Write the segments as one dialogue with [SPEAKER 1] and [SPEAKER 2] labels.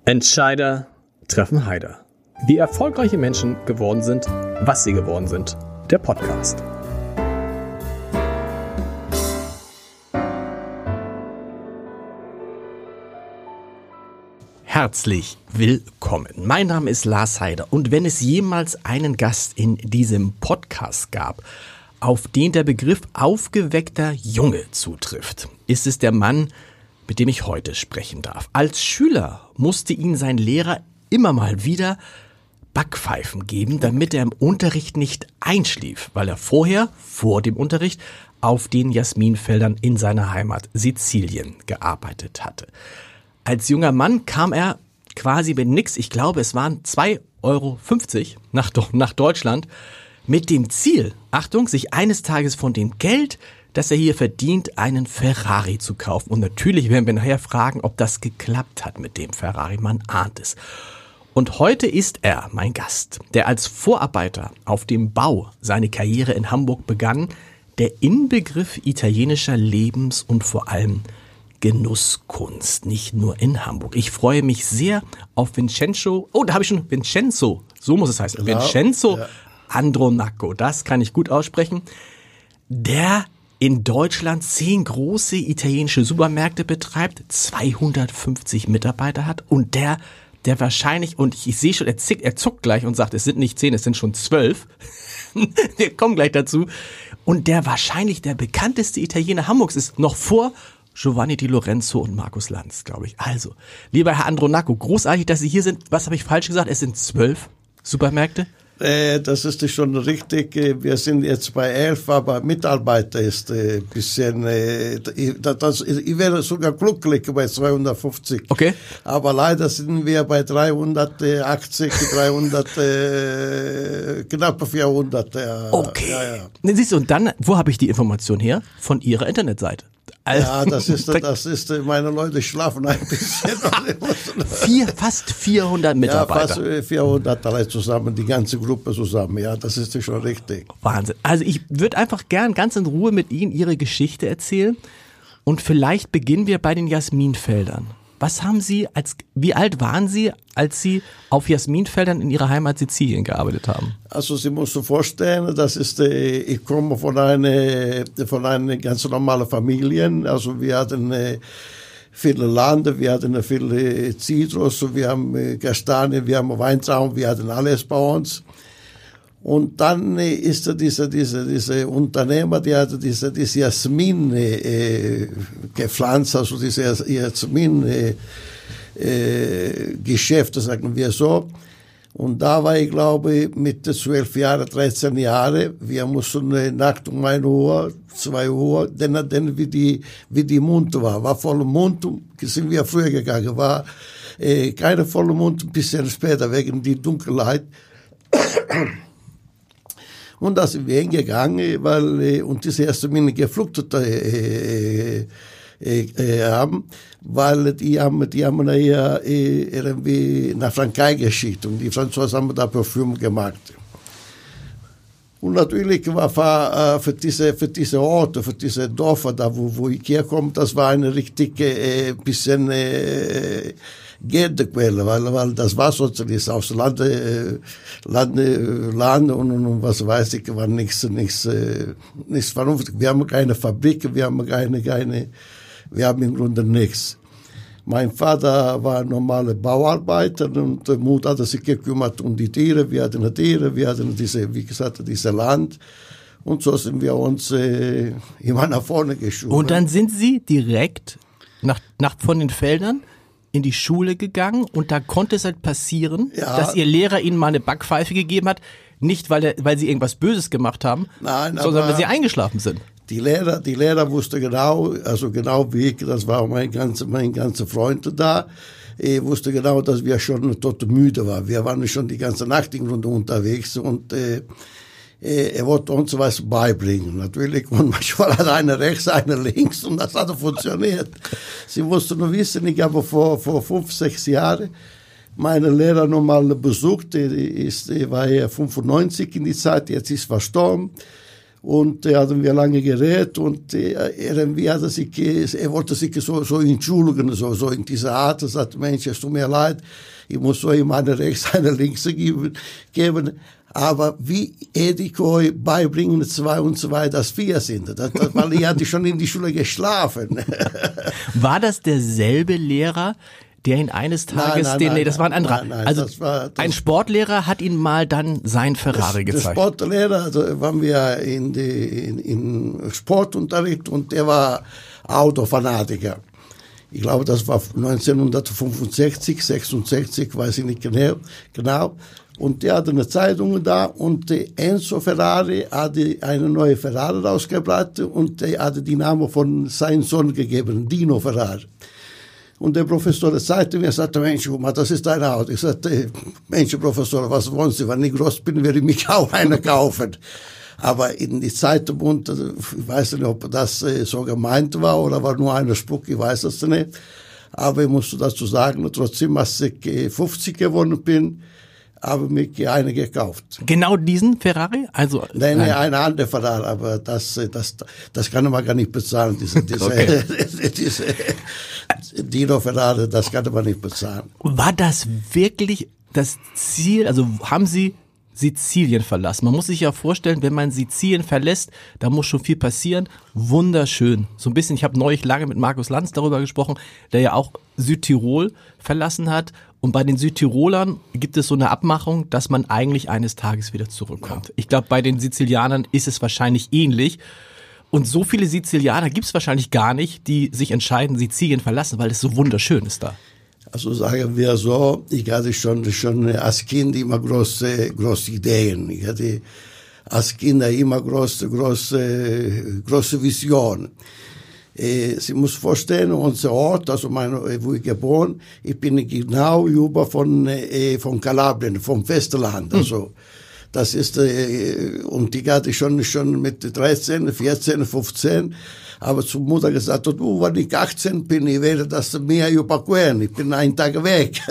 [SPEAKER 1] Entscheider treffen Heider. Wie erfolgreiche Menschen geworden sind, was sie geworden sind. Der Podcast. Herzlich willkommen. Mein Name ist Lars Heider und wenn es jemals einen Gast in diesem Podcast gab, auf den der Begriff aufgeweckter Junge zutrifft, ist es der Mann, mit dem ich heute sprechen darf. Als Schüler musste ihn sein Lehrer immer mal wieder Backpfeifen geben, damit er im Unterricht nicht einschlief, weil er vor dem Unterricht, auf den Jasminfeldern in seiner Heimat Sizilien gearbeitet hatte. Als junger Mann kam er quasi mit nix, ich glaube es waren 2,50 Euro nach Deutschland, mit dem Ziel, Achtung, sich eines Tages von dem Geld, das er hier verdient, einen Ferrari zu kaufen. Und natürlich werden wir nachher fragen, ob das geklappt hat mit dem Ferrari. Man ahnt es. Und heute ist er mein Gast, der als Vorarbeiter auf dem Bau seine Karriere in Hamburg begann, der Inbegriff italienischer Lebens- und vor allem Genusskunst, nicht nur in Hamburg. Ich freue mich sehr auf Vincenzo, so muss es heißen, genau. Vincenzo Andronacco, das kann ich gut aussprechen, der in Deutschland 10 große italienische Supermärkte betreibt, 250 Mitarbeiter hat und der wahrscheinlich, und ich sehe schon, er zuckt gleich und sagt, es sind nicht 10, es sind schon 12. Wir kommen gleich dazu. Und der wahrscheinlich der bekannteste Italiener Hamburgs ist, noch vor Giovanni Di Lorenzo und Markus Lanz, glaube ich. Also, lieber Herr Andronacco, großartig, dass Sie hier sind. Was habe ich falsch gesagt? Es sind 12 Supermärkte?
[SPEAKER 2] Das ist schon richtig. Wir sind jetzt bei 11, aber Mitarbeiter ist ein bisschen, ich wäre sogar glücklich bei 250.
[SPEAKER 1] Okay.
[SPEAKER 2] Aber leider sind wir bei 380, knapp 400.
[SPEAKER 1] Okay.
[SPEAKER 2] Ja.
[SPEAKER 1] Siehst du, und dann, wo habe ich die Information her? Von Ihrer Internetseite.
[SPEAKER 2] Ja, das ist, meine Leute schlafen ein bisschen.
[SPEAKER 1] Fast 400 Mitarbeiter.
[SPEAKER 2] Ja, fast 400 alle zusammen, die ganze Gruppe zusammen, ja, das ist schon richtig.
[SPEAKER 1] Wahnsinn. Also ich würde einfach gern ganz in Ruhe mit Ihnen Ihre Geschichte erzählen und vielleicht beginnen wir bei den Jasminfeldern. Wie alt waren Sie, als Sie auf Jasminfeldern in Ihrer Heimat Sizilien gearbeitet haben?
[SPEAKER 2] Also Sie müssen sich vorstellen, ich komme von einer ganz normalen Familie. Also wir hatten viele Lande, wir hatten viele Zitrus, wir haben Kastanien, wir haben Weintrauben, wir hatten alles bei uns. Und dann ist diese Unternehmer, die hatte diese Jasmin gepflanzt, also diese Jasmin Geschäfte, sagen wir so. Und da war ich, glaube mit 12 Jahren, 13 Jahren, wir mussten nachts um 1 Uhr, 2 Uhr, denn wie die Mond war voller Mond, sind wir früher gegangen, war keine volle Mond, ein bisschen später, wegen die Dunkelheit. Und da sind wir hingegangen, und diese erste Mine gefluchtet haben, weil die haben ja irgendwie nach Frankreich geschickt und die Franzosen haben da Parfüm gemacht. Und natürlich war für diese Orte, für diese Dörfer, da wo ich herkomme, das war eine richtige bisschen Geldquelle, weil das war sozusagen aus Land und was weiß ich, war nichts vernünftig. Wir haben keine Fabrik, wir haben im Grunde nichts. Mein Vater war ein normaler Bauarbeiter und die Mutter hat sich gekümmert um die Tiere. Wir hatten diese Land. Und so sind wir uns immer nach vorne geschoben.
[SPEAKER 1] Und dann sind Sie direkt von den Feldern in die Schule gegangen und da konnte es halt passieren, dass Ihr Lehrer Ihnen mal eine Backpfeife gegeben hat, nicht weil Sie irgendwas Böses gemacht haben, sondern weil Sie eingeschlafen sind.
[SPEAKER 2] Die Lehrer wussten genau wie ich, das war mein ganzer Freund da, wusste genau, dass wir schon tot müde waren. Wir waren schon die ganze Nacht im Grunde unterwegs und er wollte uns was beibringen. Natürlich, und manchmal hat einer rechts, einer links und das hat funktioniert. Sie mussten nur wissen, ich habe vor 5, 6 Jahren meine Lehrer nochmal besucht. Er war ja 95 in die Zeit, jetzt ist verstorben. Und hatten wir lange geredet und irgendwie hat er wollte sich so entschuldigen, so in dieser Art. Er sagte, Mensch, es tut mir leid, ich muss so ihm eine rechts, eine links geben. Aber wie ich euch beibringen, 2 und 2, dass 4 sind. Weil ich hatte schon in die Schule geschlafen.
[SPEAKER 1] War das derselbe Lehrer, der ihn eines Tages, das war ein anderer. Also ein Sportlehrer hat ihn mal dann sein Ferrari gezeigt.
[SPEAKER 2] Der Sportlehrer, also waren wir in Sportunterricht und der war Autofanatiker. Ich glaube, das war 1965, 66, weiß ich nicht genau. Und der hatte eine Zeitung da und Enzo Ferrari hatte eine neue Ferrari rausgebracht und der hatte die Namen von seinem Sohn gegeben, Dino Ferrari. Und der Professor zeigte mir, sagte, Mensch, das ist dein Auto. Ich sagte, Mensch, Professor, was wollen Sie? Wenn ich groß bin, werde ich mich auch eine kaufen. Aber in die Zeitung, ich weiß nicht, ob das so gemeint war oder war nur ein Spruch, ich weiß es nicht. Aber ich muss dazu sagen, trotzdem, als ich 50 geworden bin, habe ich mir eine gekauft.
[SPEAKER 1] Genau diesen Ferrari? Also
[SPEAKER 2] Nein, eine andere Ferrari, aber das kann man gar nicht bezahlen.
[SPEAKER 1] Okay.
[SPEAKER 2] Diese Dino Ferrari, das kann man nicht bezahlen.
[SPEAKER 1] War das wirklich das Ziel? Also haben Sie Sizilien verlassen? Man muss sich ja vorstellen, wenn man Sizilien verlässt, da muss schon viel passieren. Wunderschön. So ein bisschen, ich habe neulich lange mit Markus Lanz darüber gesprochen, der ja auch Südtirol verlassen hat. Und bei den Südtirolern gibt es so eine Abmachung, dass man eigentlich eines Tages wieder zurückkommt. Ja. Ich glaube, bei den Sizilianern ist es wahrscheinlich ähnlich. Und so viele Sizilianer gibt es wahrscheinlich gar nicht, die sich entscheiden, Sizilien verlassen, weil es so wunderschön ist da.
[SPEAKER 2] Also sagen wir so, ich hatte schon als Kind immer große Ideen. Ich hatte als Kind immer große Visionen. Sie muss vorstellen, unser Ort, also wo ich geboren, ich bin genau über von Kalabrien, vom Festland. Also das ist, und ich hatte schon mit 13, 14, 15, aber zur Mutter gesagt, du, wenn ich 18 bin, ich werde das Meer überqueren, ich bin einen Tag weg.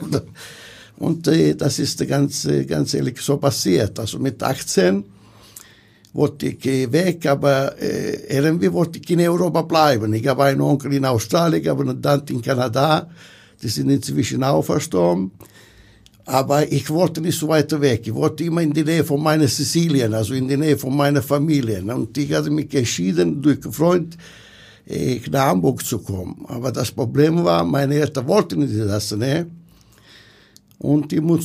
[SPEAKER 2] Und das ist ganz ehrlich so passiert. Also mit 18 wollte ich weg, aber irgendwie wollte ich in Europa bleiben. Ich habe einen Onkel in Australien, ich habe einen Tante in Kanada, die sind inzwischen auch verstorben. Aber ich wollte nicht so weit weg. Ich wollte immer in die Nähe von meiner Sizilien, also in die Nähe von meiner Familie. Und ich hatte mich entschieden, durch einen Freund nach Hamburg zu kommen. Aber das Problem war, meine Eltern wollten nicht das, ne? Und ich muss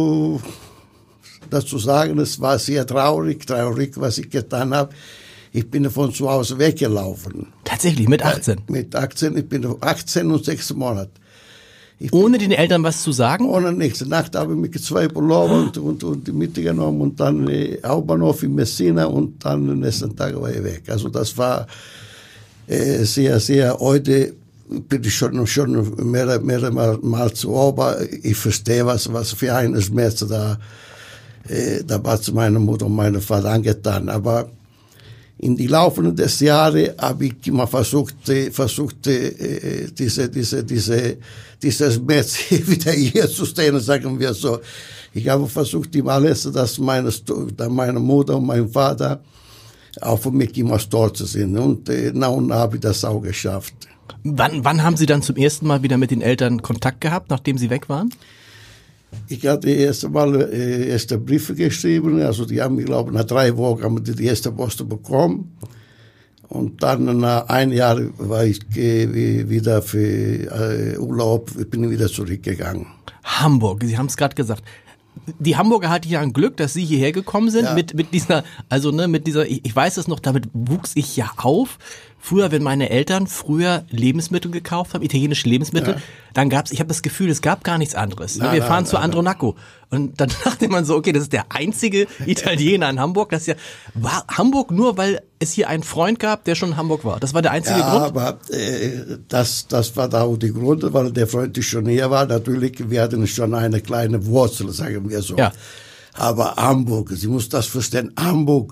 [SPEAKER 2] dazu sagen, es war sehr traurig, was ich getan habe. Ich bin von zu Hause weggelaufen.
[SPEAKER 1] Tatsächlich, mit 18?
[SPEAKER 2] Mit 18, ich bin 18 und 6 Monate.
[SPEAKER 1] Ohne den Eltern was zu sagen?
[SPEAKER 2] Ohne nichts. Nacht habe ich mich 2 Pullover und mitgenommen und dann Hauptbahnhof in Messina und dann den nächsten Tag war ich weg. Also das war sehr, sehr, heute bin ich schon mehrere Mal zu aber ich verstehe, was für ein Schmerz da war zu meiner Mutter und meinem Vater angetan. Aber in die laufenden des Jahre habe ich immer versucht, dieses Schmerz wieder hier zu stehen, sagen wir so. Ich habe versucht, immer alles, dass meine Mutter und mein Vater auch für mich immer stolz sind. Und nach und nach habe ich das auch geschafft.
[SPEAKER 1] Wann haben Sie dann zum ersten Mal wieder mit den Eltern Kontakt gehabt, nachdem Sie weg waren?
[SPEAKER 2] Ich hatte erste Briefe geschrieben, also die haben, ich glaube, nach 3 Wochen die erste Post bekommen. Und dann nach 1 Jahr war ich wieder für Urlaub, bin wieder zurückgegangen.
[SPEAKER 1] Hamburg, Sie haben es gerade gesagt. Die Hamburger hatten ja ein Glück, dass Sie hierher gekommen sind, ja. mit dieser, ich weiß es noch, damit wuchs ich ja auf. Früher, wenn meine Eltern Lebensmittel gekauft haben, italienische Lebensmittel, ja. Dann ich habe das Gefühl, es gab gar nichts anderes. Wir fahren zu Andronaco. Und dann dachte man so, okay, das ist der einzige Italiener in Hamburg. War Hamburg nur, weil es hier einen Freund gab, der schon in Hamburg war. Das war der einzige Grund?
[SPEAKER 2] Aber das war da auch der Grund, weil der Freund schon hier war. Natürlich, wir hatten schon eine kleine Wurzel, sagen wir so.
[SPEAKER 1] Ja.
[SPEAKER 2] Aber Hamburg, Sie muss das verstehen, Hamburg,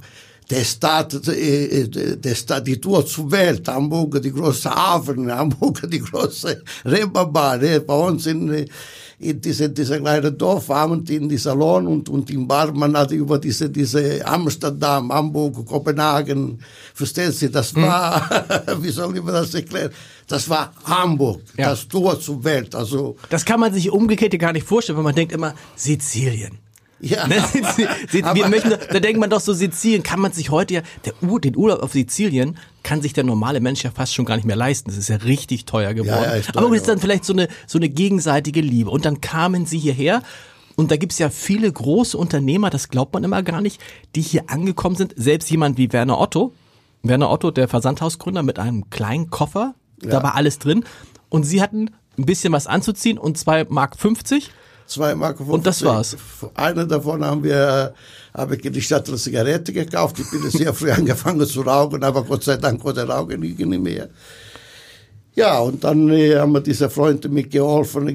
[SPEAKER 2] die Tour zur Welt, Hamburg, die große Hafen, Hamburg, die große Reeperbahn, bei uns in dieser kleinen Dorfabend in die Salon und im Bar, man hatte über diese Amsterdam, Hamburg, Kopenhagen, verstehen Sie, das war, wie soll ich mir das erklären? Das war Hamburg, das Tor zur Welt, also.
[SPEAKER 1] Das kann man sich umgekehrt gar nicht vorstellen, weil man denkt immer, Sizilien.
[SPEAKER 2] Ja.
[SPEAKER 1] Da denkt man doch so, Sizilien kann man sich heute den Urlaub auf Sizilien kann sich der normale Mensch ja fast schon gar nicht mehr leisten. Das ist ja richtig teuer geworden. Aber es ist dann vielleicht so eine gegenseitige Liebe. Und dann kamen sie hierher und da gibt's ja viele große Unternehmer, das glaubt man immer gar nicht, die hier angekommen sind. Selbst jemand wie Werner Otto, der Versandhausgründer mit einem kleinen Koffer, da war alles drin. Und sie hatten ein bisschen was anzuziehen und 2,50 Mark.
[SPEAKER 2] 2,50 Mark.
[SPEAKER 1] Und das war's.
[SPEAKER 2] Eine davon habe ich in die Stadt eine Zigarette gekauft. Ich bin sehr früh angefangen zu rauchen, aber Gott sei Dank konnte rauchen nicht mehr. Ja, und dann haben mir diese Freunde mir geholfen,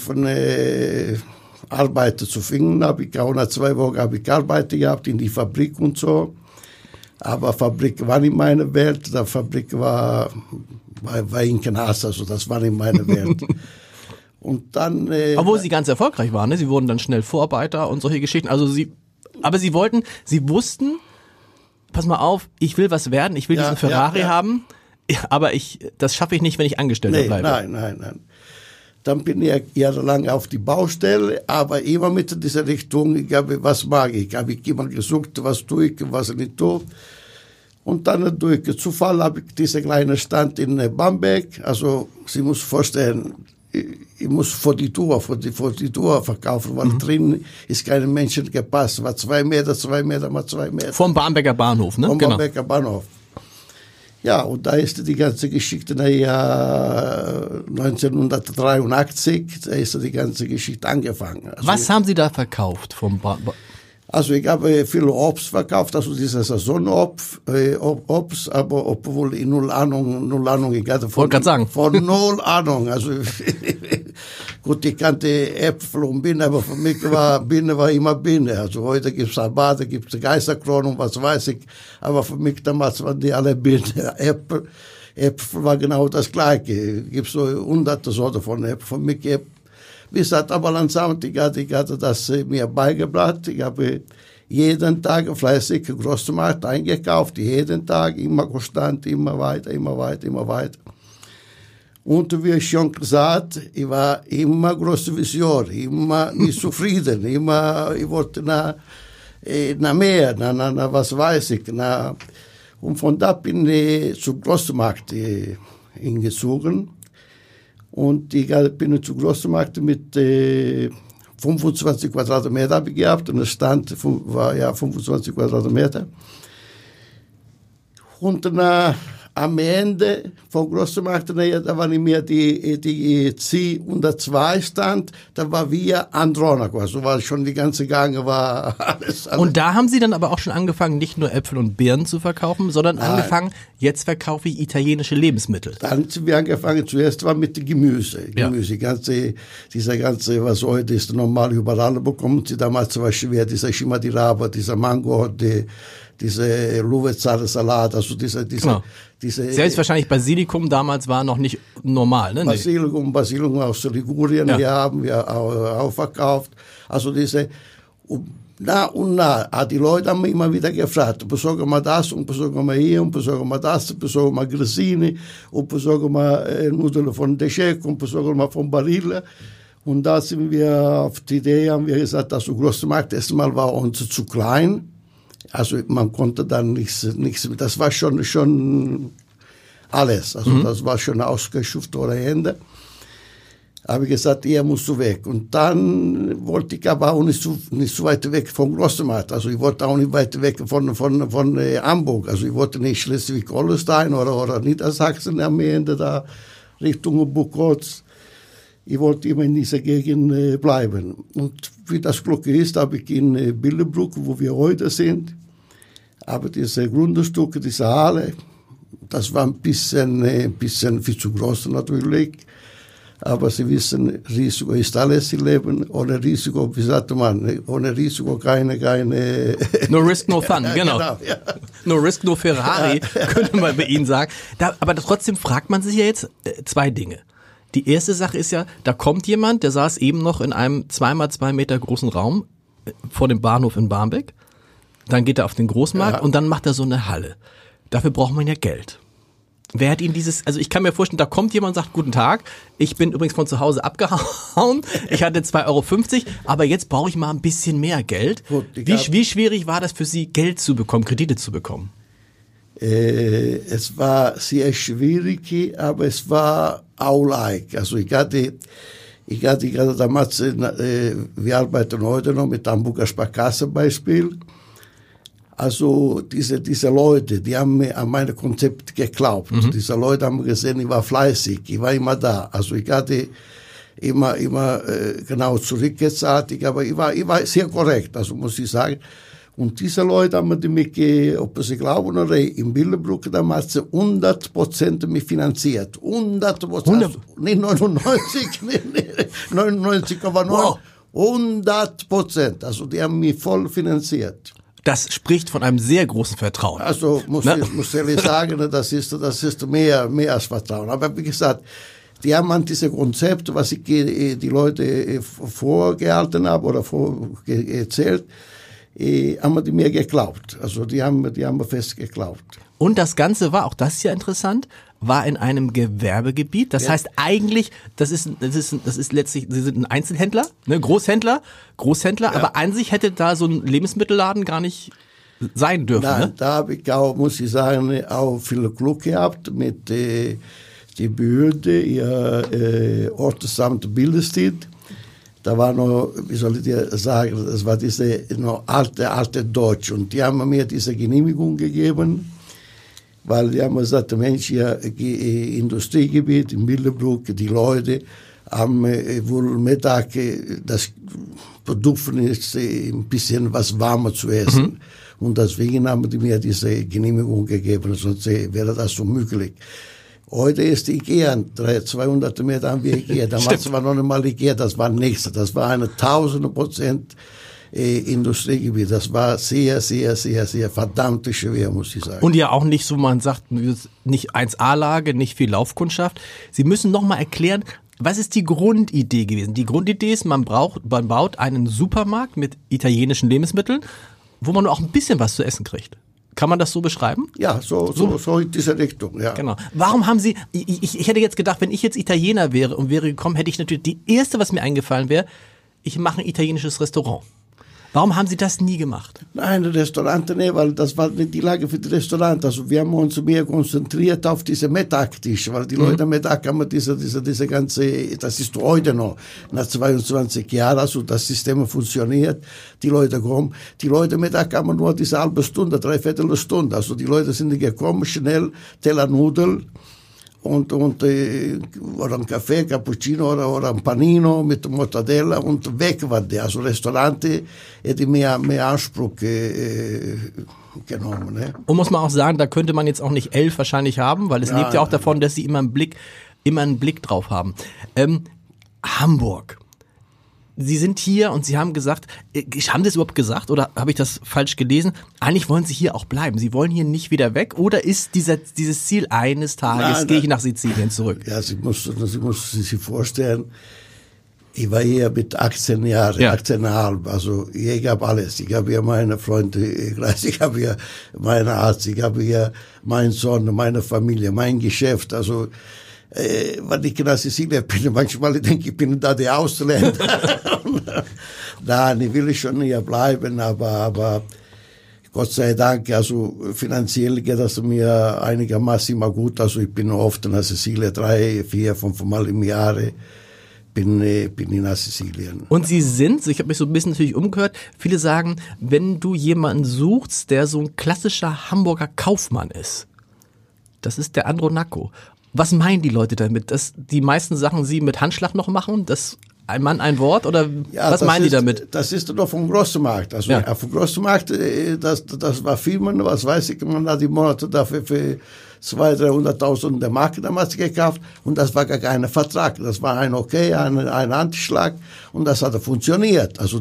[SPEAKER 2] Arbeiter zu finden. Nach 2 Wochen habe ich Arbeit gehabt in die Fabrik und so. Aber Fabrik war nicht meine Welt. Die Fabrik war in Knast, also das war nicht meine Welt. Und dann,
[SPEAKER 1] obwohl sie ganz erfolgreich waren, ne? Sie wurden dann schnell Vorarbeiter und solche Geschichten. Also sie wussten, pass mal auf, ich will was werden, ich will diesen Ferrari haben, aber das schaffe ich nicht, wenn ich Angestellter bleibe.
[SPEAKER 2] Nein. Dann bin ich jahrelang auf die Baustelle, aber immer mit dieser Richtung, was mag ich? Habe ich immer gesucht, was tue ich, was nicht tue. Und dann durch Zufall habe ich diesen kleinen Stand in Bamberg, also Sie muss vorstellen, ich muss vor die Tour verkaufen, weil drin ist kein Menschen gepasst. War 2 Meter mal 2 Meter.
[SPEAKER 1] Vom Bamberger Bahnhof, ne?
[SPEAKER 2] Vom Bamberger Bahnhof. Ja, und da ist die ganze Geschichte, 1983, da ist die ganze Geschichte angefangen. Also,
[SPEAKER 1] was haben Sie da verkauft vom
[SPEAKER 2] Also ich habe viel Obst verkauft, also dieses Saisonobst, aber obwohl ich null Ahnung, ich hatte von null Ahnung. Also gut, ich kannte Äpfel und Birnen, aber für mich Birne war immer Birne. Also heute gibt's Abate, gibt's Geisterkron und was weiß ich, aber für mich damals waren die alle Birne. Äpfel war genau das Gleiche. Gibt's so hunderte Sorten von Äpfeln. Für mich wie gesagt, aber langsam, ich hatte das mir beigebracht. Ich habe jeden Tag fleißig Großmarkt eingekauft, jeden Tag, immer konstant, immer weiter. Und wie schon gesagt, ich war immer große Vision, immer nicht zufrieden, ich wollte nach mehr, nach was weiß ich. Und von da bin ich zum Großmarkt hingezogen. Und ich bin zu Großmarkt mit 25 Quadratmeter habe ich gehabt und der Stand war 25 Quadratmeter. Und am Ende vom Großmarkt, da war nicht mehr die C102 Stand, da war wir Andronaco, also war schon die ganze Gange, war alles.
[SPEAKER 1] Und da haben Sie dann aber auch schon angefangen, nicht nur Äpfel und Birnen zu verkaufen, sondern angefangen, jetzt verkaufe ich italienische Lebensmittel.
[SPEAKER 2] Dann haben wir angefangen, zuerst war mit Gemüse, dieser ganze, was heute ist, normal überall bekommen Sie, damals war schwer, dieser Schima di Raba, dieser Mango, diese Luvezale-Salat, also diese
[SPEAKER 1] selbst wahrscheinlich Basilikum damals war noch nicht normal, ne?
[SPEAKER 2] Basilikum aus Ligurien, haben wir auch verkauft. Also die Leute haben immer wieder gefragt, besorgen wir das und besorgen wir hier und besorgen wir das, besorgen wir Grissini und besorgen wir Nudeln von Deschek und besorgen wir von Barilla. Und da sind wir auf die Idee, haben wir gesagt, dass der Großmarkt erstmal war uns zu klein. Also man konnte dann nichts, das war schon alles, also das war schon ausgeschöpft ohne Ende. Habe ich gesagt, ihr musst weg. Und dann wollte ich aber auch nicht so weit weg vom Großmarkt. Also ich wollte auch nicht weit weg von Hamburg. Also ich wollte nicht Schleswig-Holstein oder Niedersachsen am Ende da Richtung Buchholz. Ich wollte immer in dieser Gegend bleiben. Und wie das Glück ist, habe ich in Billebrück, wo wir heute sind, aber diese Grundstücke, diese Halle, das war ein bisschen viel zu groß natürlich. Aber Sie wissen, Risiko ist alles im Leben. Ohne Risiko, wie sagt man, ohne Risiko keine...
[SPEAKER 1] No risk, no fun, genau.
[SPEAKER 2] Ja.
[SPEAKER 1] No risk, no Ferrari, könnte man bei Ihnen sagen. Aber trotzdem fragt man sich ja jetzt zwei Dinge. Die erste Sache ist ja, da kommt jemand, der saß eben noch in einem 2x2 Meter großen Raum vor dem Bahnhof in Barmbek. Dann geht er auf den Großmarkt und dann macht er so eine Halle. Dafür braucht man ja Geld. Wer hat Ihnen also ich kann mir vorstellen, da kommt jemand und sagt, guten Tag, ich bin übrigens von zu Hause abgehauen, ich hatte 2,50 €, aber jetzt brauche ich mal ein bisschen mehr Geld. Gut, wie schwierig war das für Sie, Geld zu bekommen, Kredite zu bekommen?
[SPEAKER 2] Es war sehr schwierig, aber es war auch leicht. Also ich hatte gerade damals, wir arbeiten heute noch mit Hamburger Sparkasse Beispiel. Also diese Leute, die haben mir an mein Konzept geglaubt. Diese Leute haben gesehen, ich war fleißig, ich war immer da. Also ich hatte immer genau zurückgezahlt, aber ich war sehr korrekt, also muss ich sagen. Und diese Leute haben mich, ob sie glauben oder nicht, in Billebrück damals 100% mich finanziert. 100%. Nicht 99, 99,9. Wow. 100%. Also die haben mich voll finanziert.
[SPEAKER 1] Das spricht von einem sehr großen Vertrauen.
[SPEAKER 2] Also muss ehrlich sagen, das ist mehr als Vertrauen. Aber wie gesagt, die haben an diese Konzept, was ich die Leute vorgehalten habe oder erzählt, haben die mir geglaubt. Also die haben fest geglaubt.
[SPEAKER 1] Und das Ganze war, auch das ist ja interessant, war in einem Gewerbegebiet. Das heißt eigentlich, das ist letztlich, Sie sind ein Einzelhändler, ne, Großhändler, ja. Aber an sich hätte da so ein Lebensmittelladen gar nicht sein dürfen. Nein, ne?
[SPEAKER 2] Da habe ich auch, muss ich sagen, auch viel Glück gehabt mit die Behörde, ihr Ortsamt Billestedt. Da war noch, wie soll ich dir sagen, das war diese noch alte Deutsch. Und die haben mir diese Genehmigung gegeben, weil die haben gesagt, Mensch, hier Industriegebiet in Billebrück, die Leute haben wohl Mittag das Bedürfnis, ein bisschen was warmer zu essen. Und deswegen haben die mir diese Genehmigung gegeben, sonst wäre das unmöglich. Heute ist Ikea, 200 Meter haben wir Ikea. Damals war noch nicht mal Ikea, das war nichts. Das war 1000% Industriegebiet. Das war sehr, sehr, sehr, sehr verdammt schwer, muss ich sagen.
[SPEAKER 1] Und ja auch nicht so, man sagt, nicht 1A-Lage, nicht viel Laufkundschaft. Sie müssen noch mal erklären, was ist die Grundidee gewesen? Die Grundidee ist, man baut einen Supermarkt mit italienischen Lebensmitteln, wo man auch ein bisschen was zu essen kriegt. Kann man das so beschreiben?
[SPEAKER 2] Ja, so in diese Richtung, ja.
[SPEAKER 1] Genau. Warum haben Sie, ich hätte jetzt gedacht, wenn ich jetzt Italiener wäre und wäre gekommen, hätte ich natürlich, die erste, was mir eingefallen wäre, ich mache ein italienisches Restaurant. Warum haben Sie das nie gemacht?
[SPEAKER 2] Nein, Restaurante nicht, weil das war nicht die Lage für die Restaurante. Also wir haben uns mehr konzentriert auf diese Mittagstisch, weil die Leute am Mittag haben diese ganze, das ist heute noch, nach 22 Jahren, also das System funktioniert, die Leute kommen, die Leute Mittag haben nur diese halbe Stunde, 3/4 Stunde, also die Leute sind gekommen, schnell, Teller Nudeln, und oder ein Kaffee, Cappuccino oder ein Panino mit Mortadella und weg war der. Also Restaurante hätte mehr Anspruch genommen. Ne?
[SPEAKER 1] Und muss man auch sagen, da könnte man jetzt auch nicht 11 wahrscheinlich haben, weil es lebt ja auch davon, dass sie immer einen Blick drauf haben. Hamburg. Sie sind hier und Sie haben gesagt, haben Sie das überhaupt gesagt oder habe ich das falsch gelesen? Eigentlich wollen Sie hier auch bleiben. Sie wollen hier nicht wieder weg oder ist dieses Ziel eines Tages, gehe ich nach Sizilien zurück?
[SPEAKER 2] Ja, Sie müssen sich vorstellen, ich war hier mit 18 Jahren, 18,5, also ich habe alles. Ich habe hier meine Freunde, ich habe hier meinen Arzt, ich habe hier meinen Sohn, meine Familie, mein Geschäft, also wenn ich nach Sizilien bin, manchmal denke ich, bin da der Ausländer. Nein, ich will schon hier bleiben, aber Gott sei Dank, also finanziell geht das mir einigermaßen immer gut. Also ich bin oft nach Sizilien, 3, 4, 5 Mal im Jahr bin ich nach Sizilien.
[SPEAKER 1] Und Sie sind, ich habe mich so ein bisschen natürlich umgehört, viele sagen, wenn du jemanden suchst, der so ein klassischer Hamburger Kaufmann ist, das ist der Andronaco. Was meinen die Leute damit? Dass die meisten Sachen sie mit Handschlag noch machen? Das ein Mann, ein Wort? Oder was meinen die damit?
[SPEAKER 2] Das ist doch vom Großmarkt. Also auf dem Großmarkt, das war Firmen, was weiß ich, man hat die Monate dafür für 200.000, 300.000 Mark damals gekauft und das war gar kein Vertrag. Das war ein Anschlag und das hat funktioniert. Also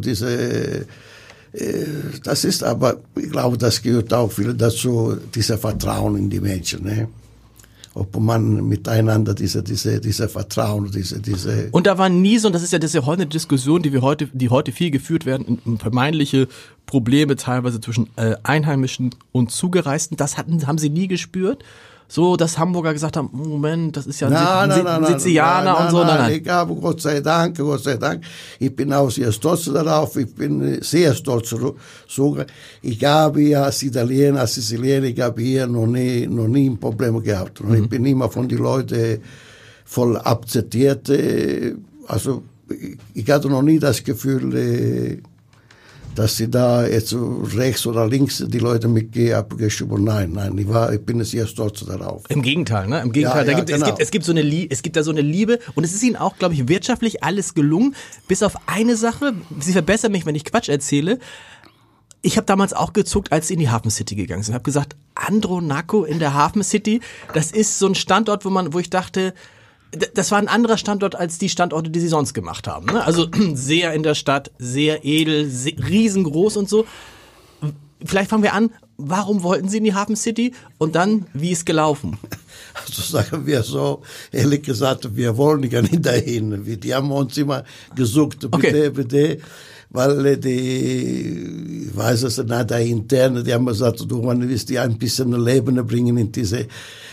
[SPEAKER 2] das ist aber, ich glaube, das gehört auch viel dazu, dieser Vertrauen in die Menschen, ne? Ob man miteinander diese Vertrauen, diese.
[SPEAKER 1] Und da war nie so, und das ist ja heute eine Diskussion, die heute viel geführt werden, vermeintliche Probleme teilweise zwischen Einheimischen und Zugereisten. Das haben sie nie gespürt. So, dass Hamburger gesagt haben, Moment, das ist ja ein Sizilianer und so. Nein.
[SPEAKER 2] Ich habe Gott sei Dank. Ich bin auch sehr stolz darauf. Ich bin sehr stolz sogar. Ich habe ja als Italiener, ich habe hier noch nie ein Problem gehabt. Und ich bin immer von den Leuten voll akzeptiert. Also, ich hatte noch nie das Gefühl, dass sie da jetzt rechts oder links die Leute mitgehen, abgeschoben. Nein, ich bin sehr stolz darauf.
[SPEAKER 1] Im Gegenteil, ne? Im Gegenteil.
[SPEAKER 2] Genau.
[SPEAKER 1] Es gibt da so eine Liebe und es ist ihnen auch, glaube ich, wirtschaftlich alles gelungen, bis auf eine Sache. Sie verbessern mich, wenn ich Quatsch erzähle. Ich habe damals auch gezuckt, als sie in die Hafen City gegangen sind. Ich habe gesagt, Andronaco in der Hafen City, das ist so ein Standort, wo ich dachte, das war ein anderer Standort als die Standorte, die sie sonst gemacht haben. Ne? Also sehr in der Stadt, sehr edel, riesengroß und so. Vielleicht fangen wir an, warum wollten Sie in die Hafen City und dann, wie ist gelaufen?
[SPEAKER 2] Also sagen wir so, ehrlich gesagt, wir wollen gar nicht dahin. Die haben uns immer gesucht, bitte. Weil ich weiß es nicht, der Interne, die haben gesagt, man willst die ein bisschen Leben bringen in diese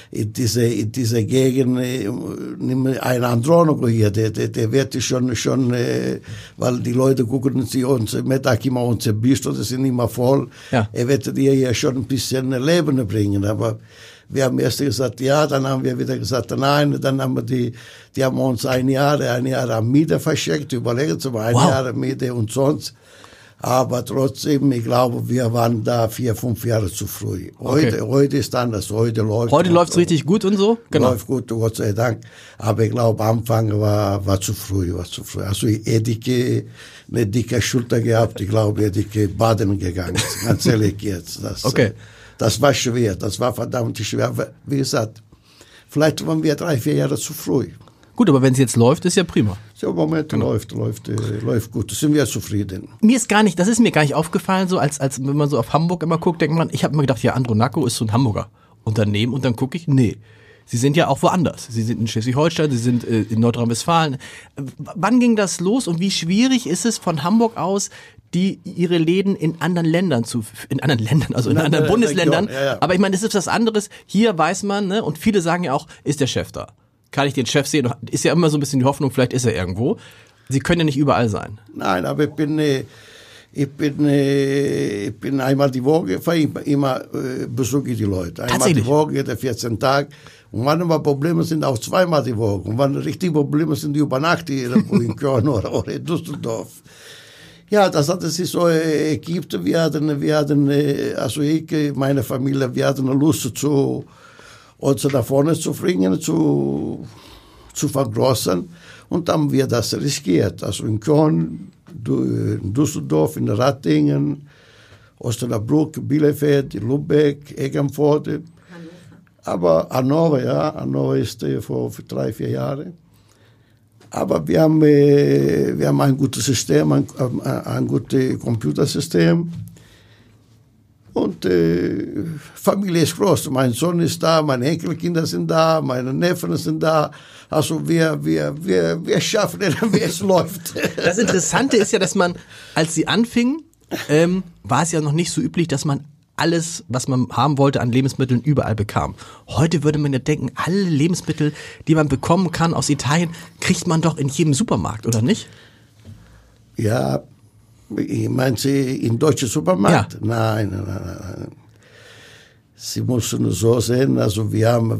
[SPEAKER 2] Gegend, nimm einen Andronaco hier, der wird schon, weil die Leute gucken sie uns, Mittag immer unser Bistro, das sind immer voll, er wird dir hier schon ein bisschen Leben bringen, aber wir haben erst gesagt, ja, dann haben wir wieder gesagt, nein, dann haben die haben uns ein Jahr an Miete verschenkt, überlegen Sie mal, ein Jahr Miete und sonst. Aber trotzdem, ich glaube, wir waren da 4-5 Jahre zu früh. Heute ist anders, heute läuft.
[SPEAKER 1] Heute läuft's richtig gut und so?
[SPEAKER 2] Genau. Läuft gut, Gott sei Dank. Aber ich glaube, am Anfang war zu früh. Also ich hätte eine dicke Schulter gehabt, ich glaube, ich hätte baden gegangen. Ganz ehrlich jetzt. Das war schwer, das war verdammt schwer. Wie gesagt, vielleicht waren wir 3-4 Jahre zu früh.
[SPEAKER 1] Gut, aber wenn es jetzt läuft, ist ja prima.
[SPEAKER 2] Ja, im Moment läuft gut. Da sind wir zufrieden.
[SPEAKER 1] Das ist mir gar nicht aufgefallen, so als wenn man so auf Hamburg immer guckt, denkt man, ich habe immer gedacht, ja, Andronaco ist so ein Hamburger Unternehmen und dann gucke ich, nee. Sie sind ja auch woanders. Sie sind in Schleswig-Holstein, Sie sind in Nordrhein-Westfalen. Wann ging das los und wie schwierig ist es von Hamburg aus, ihre Läden in anderen Bundesländern. Ja. Aber ich meine, das ist was anderes. Hier weiß man, ne, und viele sagen ja auch, ist der Chef da? Kann ich den Chef sehen? Ist ja immer so ein bisschen die Hoffnung, vielleicht ist er irgendwo. Sie können ja nicht überall sein.
[SPEAKER 2] Nein, aber ich bin einmal die Woche, immer besuche ich die Leute. Einmal die Woche, jede 14 Tage. Und manchmal Probleme sind auch zweimal die Woche. Und wenn richtige Probleme sind, die übernachten irgendwo in Köln oder in Düsseldorf. Ja, das hat sich so ergibt. Wir hatten, also ich, meine Familie, wir hatten Lust uns nach vorne zu bringen, zu vergrößern. Und dann haben wir das riskiert. Also in Köln, in Düsseldorf, in Ratingen, Osnabrück, Bielefeld, Lübeck, Eckernförde. Aber Hannover ist vor 3-4 Jahren. Aber wir haben ein gutes System, ein gutes Computersystem. Und Familie ist groß. Mein Sohn ist da, meine Enkelkinder sind da, meine Neffen sind da. Also wir schaffen es, wie es läuft.
[SPEAKER 1] Das Interessante ist ja, dass man, als sie anfingen, war es ja noch nicht so üblich, dass man alles, was man haben wollte an Lebensmitteln, überall bekam. Heute würde man ja denken, alle Lebensmittel, die man bekommen kann aus Italien, kriegt man doch in jedem Supermarkt, oder nicht?
[SPEAKER 2] Ja, meinen Sie im deutschen Supermarkt?
[SPEAKER 1] Ja.
[SPEAKER 2] Nein. Sie müssen so sehen, also wir haben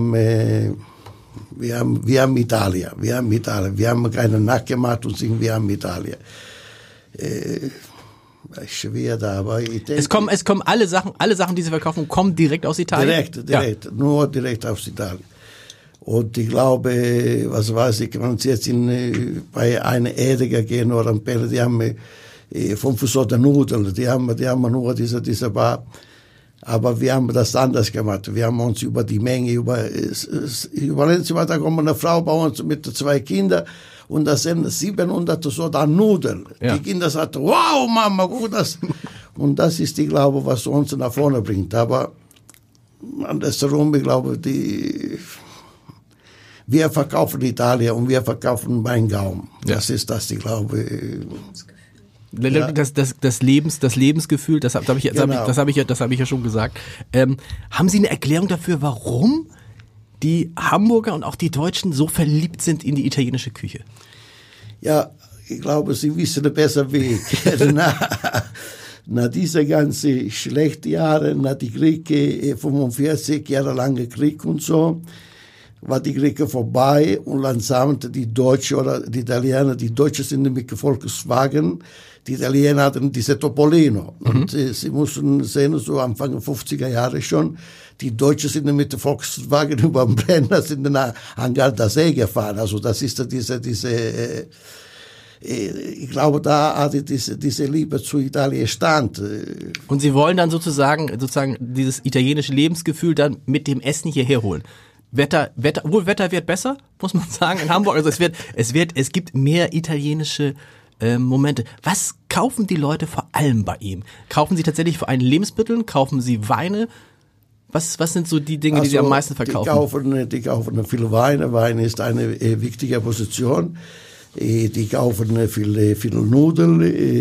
[SPEAKER 2] Italien. Wir haben keinen nachgemacht und sagen, wir haben Italien. Schwer da, aber ich denke,
[SPEAKER 1] es kommen alle Sachen, die sie verkaufen, kommen direkt aus Italien?
[SPEAKER 2] Direkt, nur direkt aus Italien. Und ich glaube, was weiß ich, wenn Sie jetzt bei einer Edeka gehen oder ein Pelle, die haben 5 Sorten Nudeln, die haben nur diese Bar. Aber wir haben das anders gemacht. Wir haben uns über die Menge, überlegen Sie mal, da kommt eine Frau bei uns mit 2 Kindern und das sind 700 so da Nudeln. Ja. Die Kinder sagten, wow, Mama, gut das. Und das ist, ich glaube, was uns nach vorne bringt. Aber andersherum, ich glaube, wir verkaufen Italien und wir verkaufen Weingaum. Das ist das, ich glaube.
[SPEAKER 1] Ja. Das Lebensgefühl, das habe ich ja schon gesagt. Haben Sie eine Erklärung dafür, warum die Hamburger und auch die Deutschen so verliebt sind in die italienische Küche?
[SPEAKER 2] Ja, ich glaube, Sie wissen besser wie ich. Nach diesen ganzen schlechten Jahren, nach die Kriege, 45 Jahre lange Krieg und so, war die Kriege vorbei und langsam die Deutschen oder die Italiener, die Deutschen sind mit Volkswagen, die Italiener hatten diese Topolino. Und sie mussten sehen, so Anfang der 50er Jahre schon, die Deutschen sind mit dem Volkswagen über den Brenner, sind nach Angarda See gefahren. Also das ist ich glaube, da hatte diese Liebe zu Italien stand.
[SPEAKER 1] Und Sie wollen dann sozusagen dieses italienische Lebensgefühl dann mit dem Essen hierher holen. Wetter wird besser, muss man sagen, in Hamburg. Also es gibt mehr italienische Momente. Was kaufen die Leute vor allem bei ihm? Kaufen sie tatsächlich vor allem Lebensmittel? Kaufen sie Weine? Was sind so die Dinge, die sie am meisten verkaufen?
[SPEAKER 2] Die kaufen viel Weine. Wein ist eine wichtige Position. Die kaufen viel Nudeln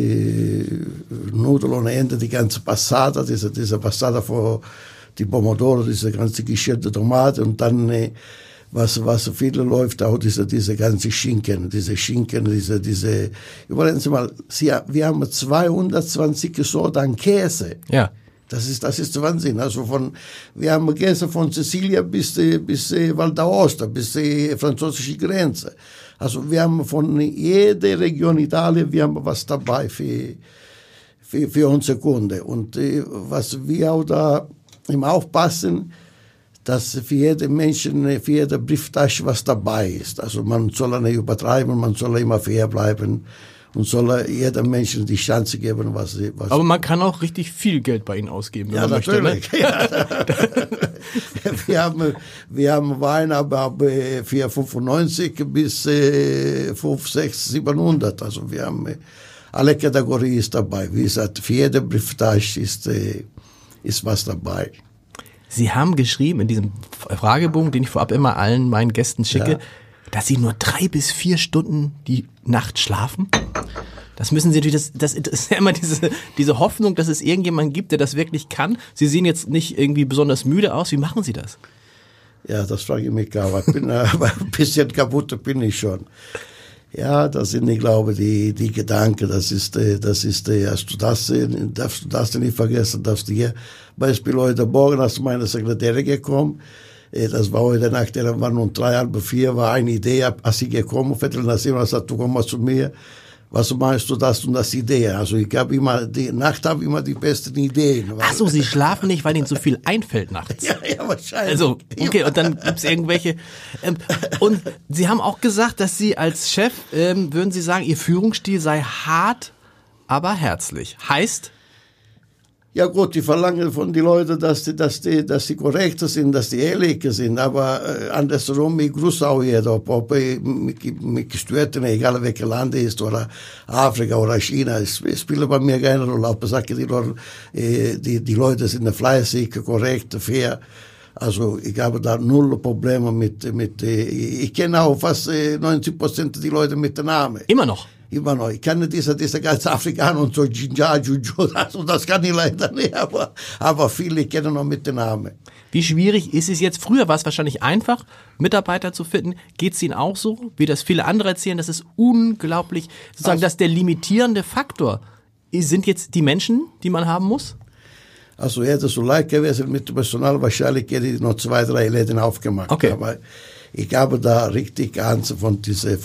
[SPEAKER 2] ohne Ende, die ganze Passata, diese Passata für die Pomodoro, diese ganze geschälte Tomate und dann was viele läuft auch diese ganze Schinken, überlegen Sie mal, wir haben 220 Sorten an Käse.
[SPEAKER 1] Ja.
[SPEAKER 2] Das ist Wahnsinn. Also wir haben Käse von Sizilien bis Val d'Aosta, bis die französische Grenze. Also wir haben von jeder Region Italien, wir haben was dabei für unsere Kunden. Und was wir auch da immer aufpassen, dass für jeden Menschen, für jede Brieftasche was dabei ist. Also man soll nicht übertreiben, man soll immer fair bleiben und soll jedem Menschen die Chance geben, was.
[SPEAKER 1] Aber man kann auch richtig viel Geld bei Ihnen ausgeben, wenn
[SPEAKER 2] ja,
[SPEAKER 1] man
[SPEAKER 2] natürlich.
[SPEAKER 1] Möchte. Ne?
[SPEAKER 2] wir haben Wein aber 4,95 bis 5, 6, 700. Also wir haben alle Kategorien ist dabei. Wie gesagt, für jede Brieftasche ist was dabei.
[SPEAKER 1] Sie haben geschrieben in diesem Fragebogen, den ich vorab immer allen meinen Gästen schicke, dass Sie nur 3 bis 4 Stunden die Nacht schlafen. Das müssen Sie natürlich, das ist ja immer diese Hoffnung, dass es irgendjemanden gibt, der das wirklich kann. Sie sehen jetzt nicht irgendwie besonders müde aus. Wie machen Sie das?
[SPEAKER 2] Ja, das frage ich mich auch. Aber ein bisschen kaputt bin ich schon. Ja, das sind, ich glaube, die Gedanken, das ist, darfst du das nicht vergessen, dass die hier, Beispiel heute Morgen, als meine Sekretärin gekommen, das war heute Nacht, war nun 3, halb 4, war eine Idee, als sie gekommen, Viertel nach 7, und sagt, du komm mal zu mir, was meinst du das und das Idee? Also ich habe immer, die Nacht habe immer die besten Ideen.
[SPEAKER 1] Ach so, Sie schlafen nicht, weil Ihnen so viel einfällt nachts.
[SPEAKER 2] Ja, wahrscheinlich.
[SPEAKER 1] Also, okay, und dann gibt's irgendwelche, und Sie haben auch gesagt, dass Sie als Chef, würden Sie sagen, Ihr Führungsstil sei hart, aber herzlich. Heißt?
[SPEAKER 2] Ja gut, die verlangen von den Leuten, dass die korrekt sind, dass die ehrlich sind, aber andersrum, ich grüße auch jeder, ob mich gestört, egal welches Land ist, oder Afrika oder China, es spielt bei mir keine Rolle. Hauptsache die Leute sind fleißig, korrekt, fair. Also ich habe da null Probleme mit ich kenne auch fast 90% die Leute mit dem Namen.
[SPEAKER 1] Immer noch?
[SPEAKER 2] Immer noch. Ich kenne diese ganzen Afrikaner und so, Jinja, Juju, das kann ich leider nicht, aber viele kennen noch mit dem Namen.
[SPEAKER 1] Wie schwierig ist es jetzt? Früher war es wahrscheinlich einfach, Mitarbeiter zu finden. Geht es Ihnen auch so, wie das viele andere erzählen? Das ist unglaublich, sozusagen, dass der limitierende Faktor sind jetzt die Menschen, die man haben muss?
[SPEAKER 2] Also hätte es so leicht gewesen mit dem Personal, wahrscheinlich hätte ich noch 2, 3 Läden aufgemacht.
[SPEAKER 1] Okay.
[SPEAKER 2] Aber ich habe da richtig Angst von diese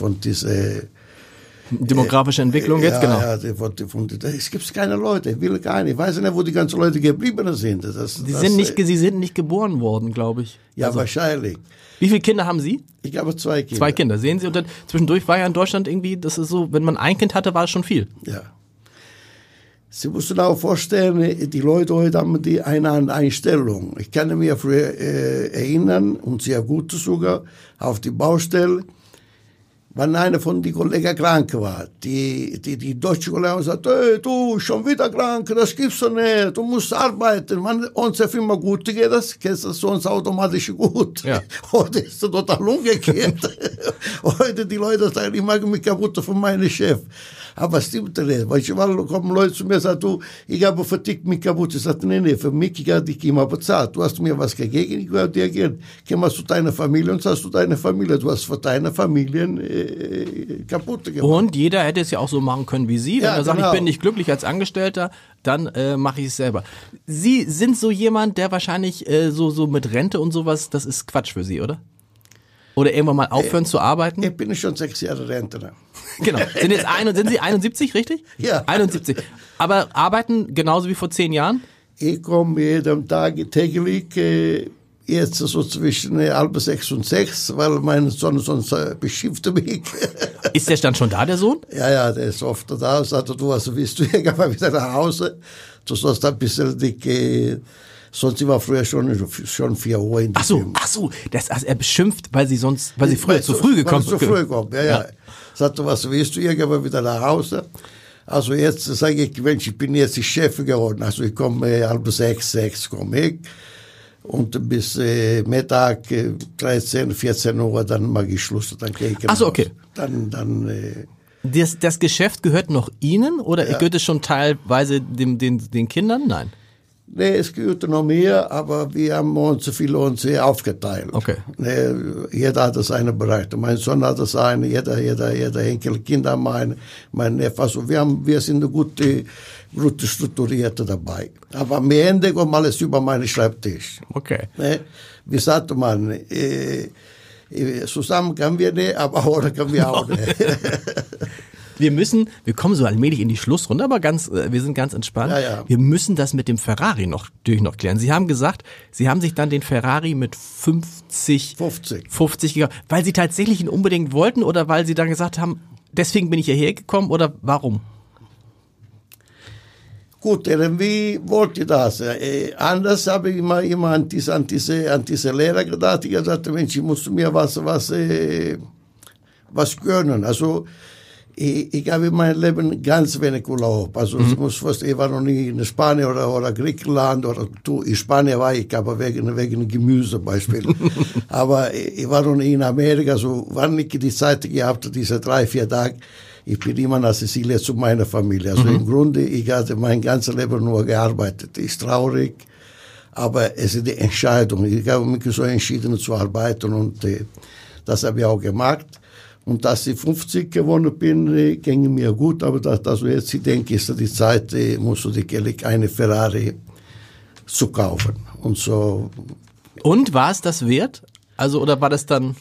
[SPEAKER 1] demografische Entwicklung jetzt, genau.
[SPEAKER 2] Ja, es gibt keine Leute, ich will keine. Ich weiß nicht, wo die ganzen Leute geblieben sind.
[SPEAKER 1] Sie sind nicht geboren worden, glaube ich.
[SPEAKER 2] Ja, also, wahrscheinlich.
[SPEAKER 1] Wie viele Kinder haben Sie?
[SPEAKER 2] Ich habe 2 Kinder.
[SPEAKER 1] 2 Kinder, sehen Sie? Und dann zwischendurch war ja in Deutschland irgendwie, das ist so, wenn man ein Kind hatte, war es schon viel.
[SPEAKER 2] Ja. Sie müssen auch vorstellen, die Leute heute haben eine andere Einstellung. Ich kann mich früher erinnern, und sehr gut sogar, auf die Baustelle, wenn einer von den Kollegen krank war. Die deutsche Kollegen sagten, hey, du, schon wieder krank, das gibt's doch nicht, du musst arbeiten. Wenn unsere Firma gut geht, das geht sonst automatisch gut. Ja. Heute ist es total umgekehrt. Heute die Leute sagen, ich mag mich kaputt von meinem Chef. Aber stimmt nicht. Manchmal kommen Leute zu mir und sagen, du, ich habe vertickt mich kaputt. Ich sage, nee, für mich, ich habe dich immer bezahlt. Du hast mir was gegeben, ich habe dir Geld. Komm mal zu deiner Familie und sagst du deine Familie. Du hast für deine Familien kaputt gemacht.
[SPEAKER 1] Und jeder hätte es ja auch so machen können wie Sie. Wenn er sagt, ich bin nicht glücklich als Angestellter, dann mache ich es selber. Sie sind so jemand, der wahrscheinlich so mit Rente und sowas, das ist Quatsch für Sie, oder? Oder irgendwann mal aufhören zu arbeiten?
[SPEAKER 2] Ich bin schon 6 Jahre Rentner.
[SPEAKER 1] Genau. Sind Sie 71, richtig?
[SPEAKER 2] Ja.
[SPEAKER 1] 71. Aber arbeiten genauso wie vor 10 Jahren?
[SPEAKER 2] Ich komme jeden Tag täglich, jetzt so zwischen 5:30 und 6, weil mein Sohn sonst beschimpft mich.
[SPEAKER 1] Ist der dann schon da, der Sohn?
[SPEAKER 2] Ja, der ist oft da. Sagt du, was willst du? Ich gehe mal wieder nach Hause. Du sollst ein bisschen dich... Sonst war früher schon 4 Uhr in die Firma.
[SPEAKER 1] Ach so, also er beschimpft, weil Sie früher zu früh gekommen sind.
[SPEAKER 2] Zu früh gekommen, ja. Sagt du, was willst du? Ich gehe mal wieder nach Hause. Also jetzt sage ich, Mensch, ich bin jetzt die Chef geworden. Also ich komme 5:30, komme ich. Und bis Mittag, 13, 14 Uhr, dann mache ich Schluss. Dann gehe ich
[SPEAKER 1] Ach so, okay. Das Geschäft gehört noch Ihnen oder gehört es schon teilweise den Kindern? Nein.
[SPEAKER 2] Nee, es gehört noch mehr, aber wir haben uns aufgeteilt.
[SPEAKER 1] Okay.
[SPEAKER 2] Nee, jeder hat seine Bereiche. Mein Sohn hat seine, jeder Enkelkind hat mein Neffe. Also wir sind gut strukturiert dabei. Aber am Ende kommt alles über meinen Schreibtisch.
[SPEAKER 1] Okay.
[SPEAKER 2] Nee, wie sagt man, zusammen können wir nicht, aber ohne können wir auch nicht.
[SPEAKER 1] Wir kommen so allmählich in die Schlussrunde, aber wir sind ganz entspannt.
[SPEAKER 2] Ja.
[SPEAKER 1] Wir müssen das mit dem Ferrari noch klären. Sie haben gesagt, Sie haben sich dann den Ferrari mit 50 gekauft, weil Sie tatsächlich ihn unbedingt wollten oder weil Sie dann gesagt haben, deswegen bin ich hierher gekommen oder warum?
[SPEAKER 2] Gut, irgendwie wollte ich das. Anders habe ich immer an diese Lehrer gedacht. Ich sagte, Mensch, ich muss mir was gönnen. Also, ich habe in meinem Leben ganz wenig Urlaub. Also ich war noch nie in Spanien oder Griechenland oder in Spanien war ich, aber wegen Gemüse Beispiel. Aber ich war noch nie in Amerika. Also wann ich die Zeit gehabt, diese 3-4 Tage, ich bin immer nach Sizilien zu meiner Familie. Also im Grunde, ich hatte mein ganzes Leben nur gearbeitet. Ist traurig, aber es ist die Entscheidung. Ich habe mich so entschieden zu arbeiten und das habe ich auch gemacht. Und dass ich 50 geworden bin, ging mir gut, aber also jetzt, ich denke, ist die Zeit, musst du dich eine Ferrari zu kaufen. Und so.
[SPEAKER 1] Und war es das wert? Also, oder war das dann?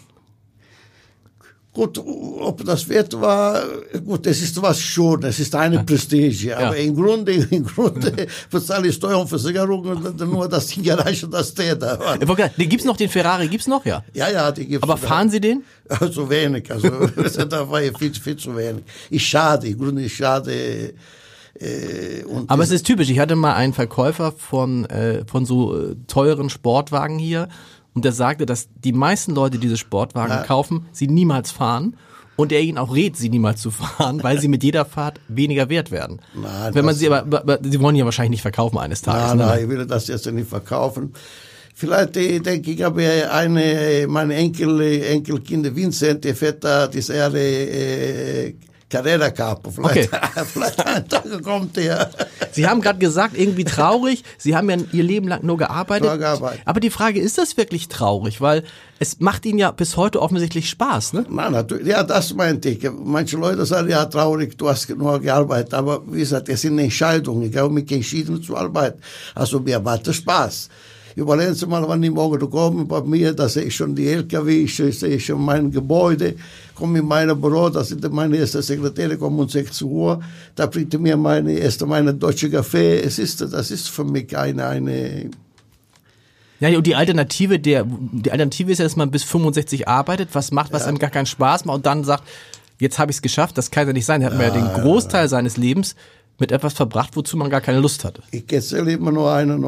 [SPEAKER 2] Gut, ob das wert war, gut, es ist was schon, es ist eine Prestige, aber im Grunde bezahle ich Steuern und Versicherungen, nur das Ding erreicht, das steht da.
[SPEAKER 1] Gibt's noch den Ferrari, gibt's noch, ja?
[SPEAKER 2] Ja, die gibt's.
[SPEAKER 1] Aber fahren Sie den?
[SPEAKER 2] So wenig, also, da war ja viel zu wenig. Im Grunde ist schade.
[SPEAKER 1] Aber es ist typisch, ich hatte mal einen Verkäufer von so teuren Sportwagen hier, und der sagte, dass die meisten Leute, die diese Sportwagen kaufen, sie niemals fahren. Und er ihnen auch rät, sie niemals zu fahren, weil sie mit jeder Fahrt weniger wert werden.
[SPEAKER 2] Nein,
[SPEAKER 1] wenn man sie aber sie wollen ja wahrscheinlich nicht verkaufen eines Tages.
[SPEAKER 2] Nein, ich will das jetzt nicht verkaufen. Vielleicht denke ich, habe mein Enkelkind Vincent, der fährt da diese Carrera Cup. Vielleicht ein Tag kommt der.
[SPEAKER 1] Sie haben gerade gesagt, irgendwie traurig. Sie haben ja ihr Leben lang nur gearbeitet. Aber die Frage, ist das wirklich traurig? Weil es macht Ihnen ja bis heute offensichtlich Spaß, ne?
[SPEAKER 2] Nein, natürlich. Ja, das meinte ich. Manche Leute sagen, ja, traurig, du hast nur gearbeitet. Aber wie gesagt, es sind Entscheidungen. Ich habe mich entschieden zu arbeiten. Also mir macht das Spaß. Überlegen Sie mal, wann die morgen kommen bei mir, da sehe ich schon die LKW, ich sehe schon mein Gebäude, komme in mein Büro, da sind meine erste Sekretäre, kommen um 6 Uhr, da bringt mir meine deutsche Kaffee. Das ist für mich eine
[SPEAKER 1] Ja, und die Alternative ist ja, dass man bis 65 arbeitet, was einem gar keinen Spaß macht und dann sagt, jetzt habe ich es geschafft, das kann ja nicht sein. Da hat man ja den Großteil seines Lebens mit etwas verbracht, wozu man gar keine Lust hatte.
[SPEAKER 2] Ich erzähle immer nur eine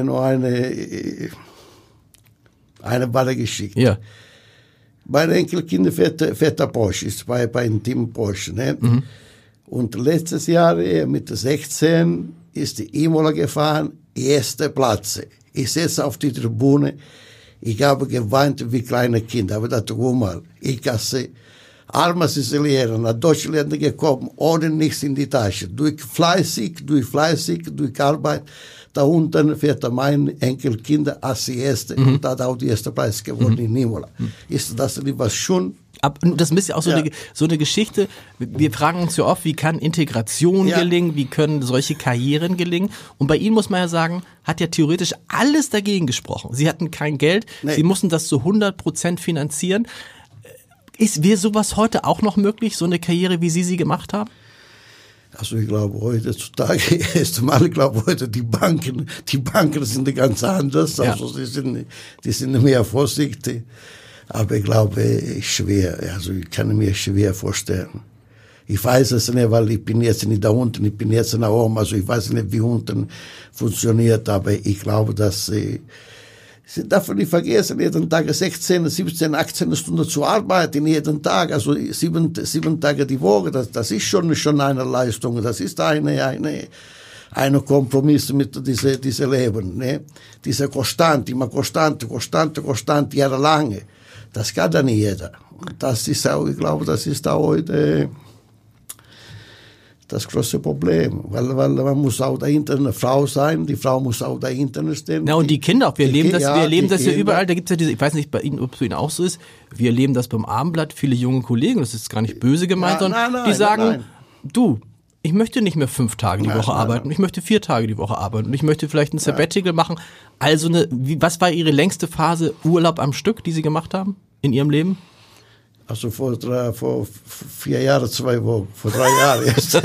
[SPEAKER 2] wahre Geschichte.
[SPEAKER 1] Ja.
[SPEAKER 2] Meine Enkelkinder fährt der Porsche, ist bei einem Team Porsche. Ne? Mhm. Und letztes Jahr mit 16 ist die Imola gefahren, erster Platz. Ich sitze auf die Tribüne, ich habe geweint wie kleine Kinder, aber das mal, ich hasse armer Sizilianer nach Deutschland gekommen, ohne nichts in die Tasche. Durch fleißig, durch Arbeit. Da unten fährt mein Enkelkind als die erste und hat auch die erste Preis gewonnen in Imola. Ist das etwas schön?
[SPEAKER 1] Das ist ja auch so eine Geschichte. Wir fragen uns ja oft, wie kann Integration gelingen, wie können solche Karrieren gelingen? Und bei Ihnen muss man ja sagen, hat ja theoretisch alles dagegen gesprochen. Sie hatten kein Geld, Sie mussten das zu 100% finanzieren. Wäre sowas heute auch noch möglich, so eine Karriere, wie Sie gemacht haben?
[SPEAKER 2] Also ich glaube heutzutage, die Banken sind ganz anders, also die sind mehr vorsichtig, aber ich glaube, schwer, also ich kann mir schwer vorstellen. Ich weiß es nicht, weil ich bin jetzt nicht da unten, ich bin jetzt nach oben, also ich weiß nicht, wie unten funktioniert, aber ich glaube, dass Sie darf nicht vergessen, jeden Tag 16, 17, 18 Stunden zu arbeiten, jeden Tag, also 7 Tage die Woche, das ist schon eine Leistung, das ist eine Kompromiss mit diesem Leben, ne? Diese Konstant, immer konstant, jahrelang, das kann dann nicht jeder. Und das ist auch, ich glaube, das ist auch heute das große Problem, weil man muss auch dahinter eine Frau sein, die Frau muss auch dahinter stehen.
[SPEAKER 1] Na und die Kinder auch, wir erleben das ja überall, da gibt's ja diese, ich weiß nicht, ob es bei Ihnen auch so ist, wir erleben das beim Abendblatt, viele junge Kollegen, das ist gar nicht böse gemeint, sondern die sagen, du, ich möchte nicht mehr 5 Tage die Woche arbeiten, ich möchte 4 Tage die Woche arbeiten und ich möchte vielleicht ein Sabbatical machen. Also was war Ihre längste Phase Urlaub am Stück, die Sie gemacht haben in Ihrem Leben?
[SPEAKER 2] Also vor 4 Jahren, 2 Wochen, vor 3 Jahren erst.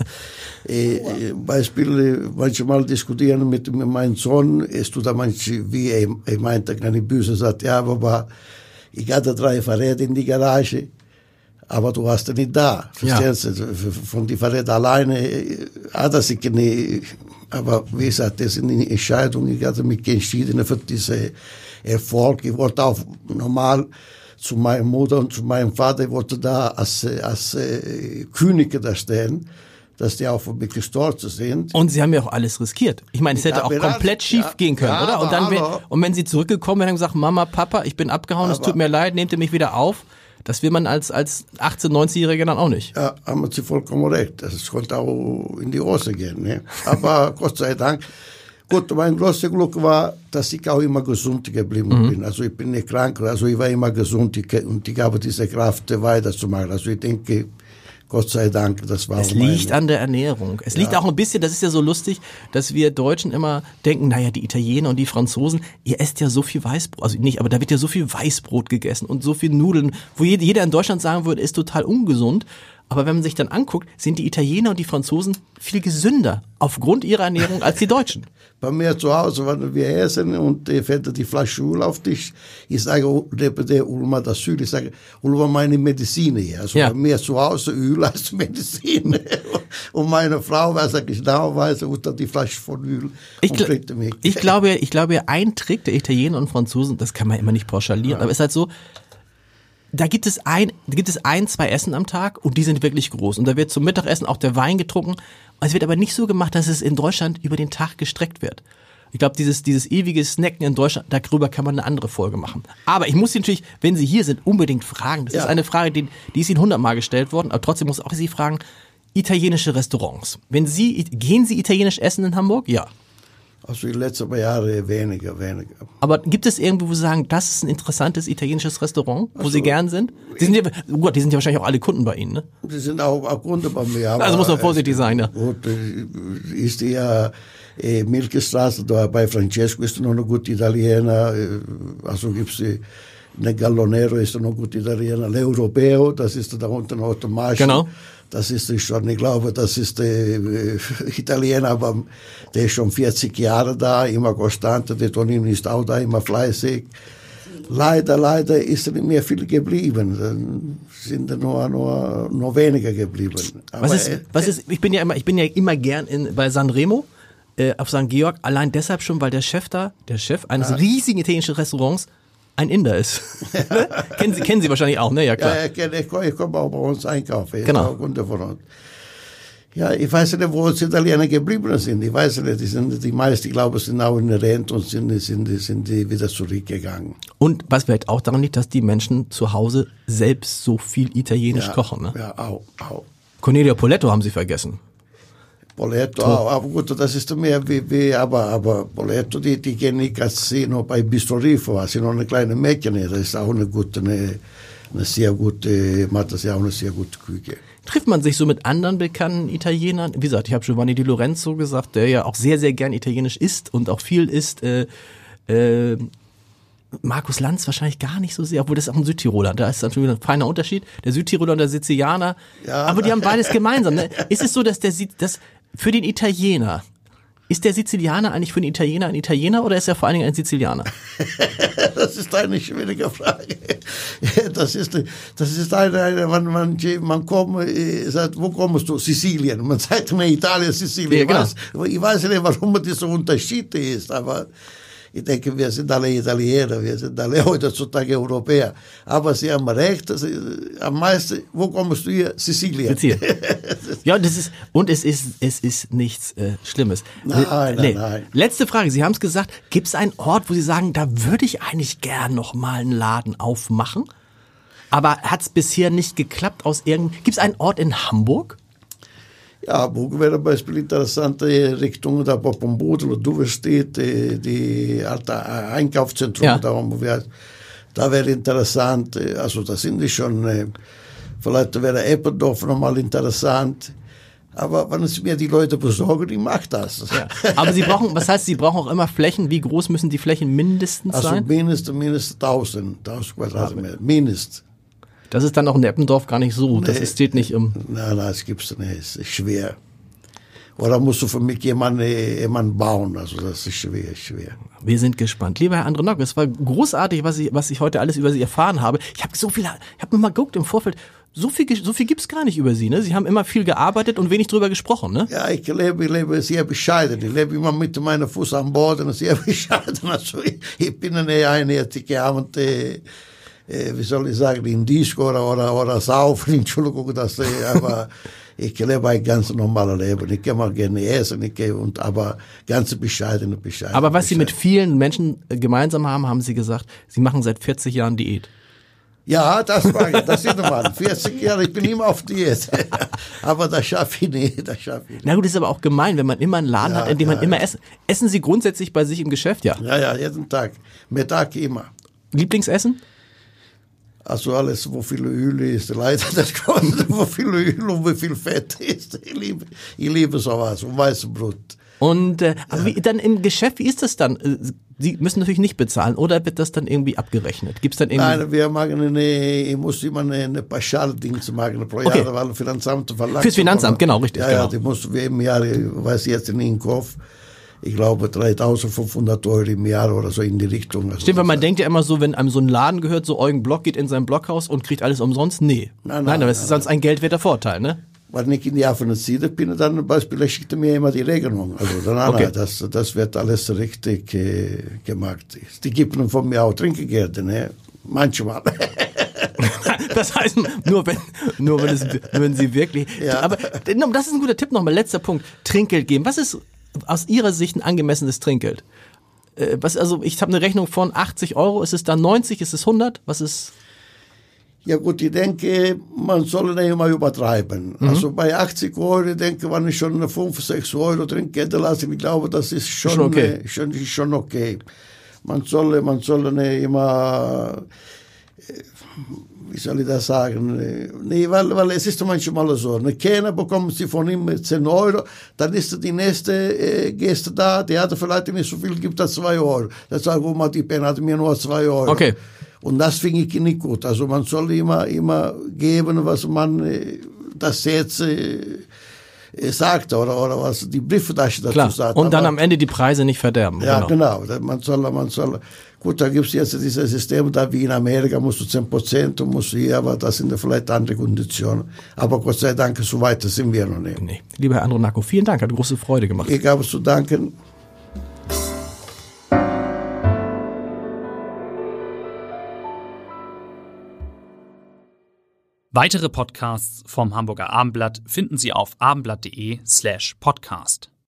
[SPEAKER 2] Beispiel, manchmal diskutieren mit meinem Sohn, es tut manchmal, wie er meinte, kann ich böse, sagt, ja, aber ich hatte 3 Fahrräder in die Garage, aber du warst nicht da. Verstehst du? Von den Fahrrädern alleine hat er sich nicht, aber wie gesagt, das ist eine Entscheidung, ich hatte mich entschieden für diesen Erfolg, ich wollte auch normal zu meiner Mutter und zu meinem Vater, wollte da als König da stehen, dass die auch für mich gestorben sind.
[SPEAKER 1] Und Sie haben ja auch alles riskiert. Ich meine, es hätte auch komplett schief gehen können, oder? Und dann wenn Sie zurückgekommen wären und gesagt, Mama, Papa, ich bin abgehauen, es tut mir leid, nehmt ihr mich wieder auf. Das will man als 18-, 19-Jähriger dann auch nicht.
[SPEAKER 2] Ja, haben Sie vollkommen recht. Das konnte auch in die Hose gehen. Ne? Aber Gott sei Dank. Gut, mein großes Glück war, dass ich auch immer gesund geblieben bin. Also ich bin nicht krank, also ich war immer gesund und ich habe diese Kraft weiterzumachen. Also ich denke, Gott sei Dank, das war.
[SPEAKER 1] Es liegt an der Ernährung. Es liegt auch ein bisschen, das ist ja so lustig, dass wir Deutschen immer denken, naja, die Italiener und die Franzosen, ihr esst ja so viel Weißbrot, also nicht, aber da wird ja so viel Weißbrot gegessen und so viel Nudeln, wo jeder in Deutschland sagen würde, ist total ungesund. Aber wenn man sich dann anguckt, sind die Italiener und die Franzosen viel gesünder aufgrund ihrer Ernährung als die Deutschen.
[SPEAKER 2] Bei mir zu Hause, wenn wir essen und fällt die Flasche Öl auf dich, ich sage, der Ulma das Öl, ich sage, Ulma meine Medizin hier. Also bei mir zu Hause Öl als Medizin. Und meine Frau weiß ich genau, unter die Flasche von Öl und mich.
[SPEAKER 1] Ich glaube, ein Trick der Italiener und Franzosen, das kann man immer nicht pauschalieren, aber es ist halt so, da gibt es 2 Essen am Tag und die sind wirklich groß. Und da wird zum Mittagessen auch der Wein getrunken. Es wird aber nicht so gemacht, dass es in Deutschland über den Tag gestreckt wird. Ich glaube, dieses ewige Snacken in Deutschland, darüber kann man eine andere Folge machen. Aber ich muss Sie natürlich, wenn Sie hier sind, unbedingt fragen. Das ist eine Frage, die ist Ihnen 100-mal gestellt worden. Aber trotzdem muss ich auch Sie fragen, italienische Restaurants. Gehen Sie italienisch essen in Hamburg? Ja.
[SPEAKER 2] Also die letzten Jahre weniger.
[SPEAKER 1] Aber gibt es irgendwo, wo Sie sagen, das ist ein interessantes italienisches Restaurant, wo Sie gern sind? Die sind ja wahrscheinlich auch alle Kunden bei Ihnen, ne?
[SPEAKER 2] Die sind auch Kunden bei mir. Aber
[SPEAKER 1] also muss man vorsichtig sein, ja.
[SPEAKER 2] Gut, ist ja Milchstraße, da bei Francesco ist noch ein guter Italiener, also gibt's eine Gallonero ist noch ein guter Italiener, l'Europeo, das ist da unten automatisch.
[SPEAKER 1] Genau.
[SPEAKER 2] Das ist schon, ich glaube, das ist der Italiener, aber der ist schon 40 Jahre da, immer konstant, der Tonino ist auch da, immer fleißig. Leider ist nicht mehr viel geblieben. Dann sind nur weniger geblieben. Aber
[SPEAKER 1] ich bin ja immer gern bei Sanremo auf St. Georg, allein deshalb schon, weil der Chef eines riesigen italienischen Restaurants ein Inder ist. Ne? Kennen Sie wahrscheinlich auch, ne? Ja, klar.
[SPEAKER 2] Ja, ich komme auch bei uns einkaufen.
[SPEAKER 1] Genau.
[SPEAKER 2] Auch Kunde von uns. Ja, ich weiß nicht, wo die Italiener geblieben sind. Ich weiß nicht, die meisten, ich glaube, sind auch in der Rente und sind die wieder zurückgegangen.
[SPEAKER 1] Und was vielleicht auch daran liegt, dass die Menschen zu Hause selbst so viel Italienisch kochen, ne?
[SPEAKER 2] Ja, auch.
[SPEAKER 1] Cornelio Poletto haben Sie vergessen.
[SPEAKER 2] Poletto auch, aber gut, das ist mehr aber Poletto, die gehen nicht Casino bei Bistrorifo, sind noch eine kleine Mädchen, das ist auch eine sehr gute, macht das ja auch eine sehr gute Küche.
[SPEAKER 1] Trifft man sich so mit anderen bekannten Italienern? Wie gesagt, ich habe Giovanni Di Lorenzo gesagt, der ja auch sehr, sehr gern italienisch isst und auch viel isst. Markus Lanz wahrscheinlich gar nicht so sehr, obwohl das ist auch ein Südtiroler. Da ist dann schon wieder ein feiner Unterschied. Der Südtiroler und der Sizilianer. Ja. Aber die haben beides gemeinsam. Ne? Ist es so, dass für den Italiener, ist der Sizilianer eigentlich für den Italiener ein Italiener oder ist er vor allen Dingen ein Sizilianer?
[SPEAKER 2] Das ist eine schwierige Frage. Das ist eine, man kommt, sagt, wo kommst du? Sizilien. Man sagt mir Italien, Sizilien. Ja, genau. Ich weiß nicht, warum das so Unterschied ist, aber ich denke, wir sind alle Italiener, wir sind alle heutzutage Europäer. Aber Sie haben recht, am meisten, wo kommst du hier? Sizilien.
[SPEAKER 1] Ja, es ist nichts Schlimmes.
[SPEAKER 2] Nein.
[SPEAKER 1] Letzte Frage, Sie haben es gesagt, gibt es einen Ort, wo Sie sagen, da würde ich eigentlich gern noch mal einen Laden aufmachen? Aber hat es bisher nicht geklappt gibt es einen Ort in Hamburg?
[SPEAKER 2] Ja, Hamburg wäre zum Beispiel interessante Richtung, da vom Boden, wo du steht, die alte Einkaufszentrum, ja. Da wäre interessant, also da sind die schon, vielleicht wäre Eppendorf nochmal interessant, aber wenn es mir die Leute besorgen, ich mag das.
[SPEAKER 1] Ja. Aber Sie brauchen auch immer Flächen, wie groß müssen die Flächen mindestens sein?
[SPEAKER 2] Also mindestens 1000 Quadratmeter, mindestens.
[SPEAKER 1] Das ist dann auch in Eppendorf gar nicht so. Das steht nicht im.
[SPEAKER 2] Nein, das gibt's nicht. Es ist schwer. Oder musst du für mich jemanden bauen? Also das ist schwer.
[SPEAKER 1] Wir sind gespannt. Lieber Herr Andronacco, es war großartig, was ich heute alles über Sie erfahren habe. Ich habe nur mal geguckt im Vorfeld. So viel gibt's gar nicht über Sie, ne? Sie haben immer viel gearbeitet und wenig drüber gesprochen, ne?
[SPEAKER 2] Ja, ich lebe sehr bescheiden. Ich lebe immer mit meinem Fuß am Boden, sehr bescheiden. Also ich bin eine einheitliche und wie soll ich sagen, in Disco oder saufen, Entschuldigung, aber ich lebe ein ganz normales Leben. Ich kann mal gerne essen, aber ganz bescheiden.
[SPEAKER 1] Aber was Sie mit vielen Menschen gemeinsam haben Sie gesagt, Sie machen seit 40 Jahren Diät.
[SPEAKER 2] Ja, das ist normal. 40 Jahre, ich bin immer auf Diät. Aber das schaffe ich nicht.
[SPEAKER 1] Na gut, das ist aber auch gemein, wenn man immer einen Laden hat, in dem man immer essen. Essen Sie grundsätzlich bei sich im Geschäft, ja?
[SPEAKER 2] Ja, jeden Tag. Mittag immer.
[SPEAKER 1] Lieblingsessen?
[SPEAKER 2] Also alles, wo viel Öl ist, leider das kommt, wo viel Öl und wie viel Fett ist. Ich liebe sowas und weißes Brot.
[SPEAKER 1] Und aber dann im Geschäft, wie ist das dann? Sie müssen natürlich nicht bezahlen, oder wird das dann irgendwie abgerechnet? Gibt's dann irgendwie?
[SPEAKER 2] Nein, wir machen ich muss immer eine Pauschaldings machen pro Jahr, weil das Finanzamt verlangt.
[SPEAKER 1] Fürs Finanzamt, genau, richtig.
[SPEAKER 2] Ja,
[SPEAKER 1] genau.
[SPEAKER 2] Die musst du im Jahr, ich weiß jetzt in den Kopf, ich glaube 3.500 Euro im Jahr oder so in die Richtung. Also
[SPEAKER 1] stimmt, weil man denkt ja immer so, wenn einem so ein Laden gehört, so Eugen Block geht in sein Blockhaus und kriegt alles umsonst. Nee. Nein, aber es ist sonst ein geldwerter Vorteil, ne?
[SPEAKER 2] Wenn ich in die Affenziede bin, dann zum Beispiel schickt er mir immer die Rechnung. Also okay. Das wird alles richtig gemacht. Die geben von mir auch Trinkgeld, ne? Manchmal.
[SPEAKER 1] Das heißt, nur wenn sie wirklich. Ja. Aber das ist ein guter Tipp nochmal. Letzter Punkt. Trinkgeld geben. Was ist aus Ihrer Sicht ein angemessenes Trinkgeld? Ich habe eine Rechnung von 80 Euro. Ist es dann 90? Ist es 100? Was ist?
[SPEAKER 2] Ja gut, ich denke, man soll nicht immer übertreiben. Mhm. Also bei 80 Euro, ich denke, wenn ich schon 5, 6 Euro Trinkgeld lasse, ich glaube, das ist schon okay. Schon okay. Man soll nicht immer, wie soll ich das sagen? Nee, weil es ist manchmal so. Eine Kellner bekommen sie von ihm 10 Euro, dann ist die nächste Gäste da, der hat vielleicht nicht so viel, gibt er 2 Euro. Dann sagt er, die Penner hat mir nur 2 Euro.
[SPEAKER 1] Okay.
[SPEAKER 2] Und das finde ich nicht gut. Also man soll immer geben, was man das jetzt sagte oder was die Brieftasche dazu sagt.
[SPEAKER 1] Und dann am Ende die Preise nicht verderben.
[SPEAKER 2] Ja, genau. Man soll, gut, da gibt es jetzt dieses System, da wie in Amerika musst du 10% und musst hier, aber das sind vielleicht andere Konditionen. Aber Gott sei Dank, so weit sind wir noch nicht.
[SPEAKER 1] Nee. Lieber Herr Andronaco, vielen Dank, hat große Freude gemacht.
[SPEAKER 2] Ich habe zu danken.
[SPEAKER 3] Weitere Podcasts vom Hamburger Abendblatt finden Sie auf abendblatt.de/podcast.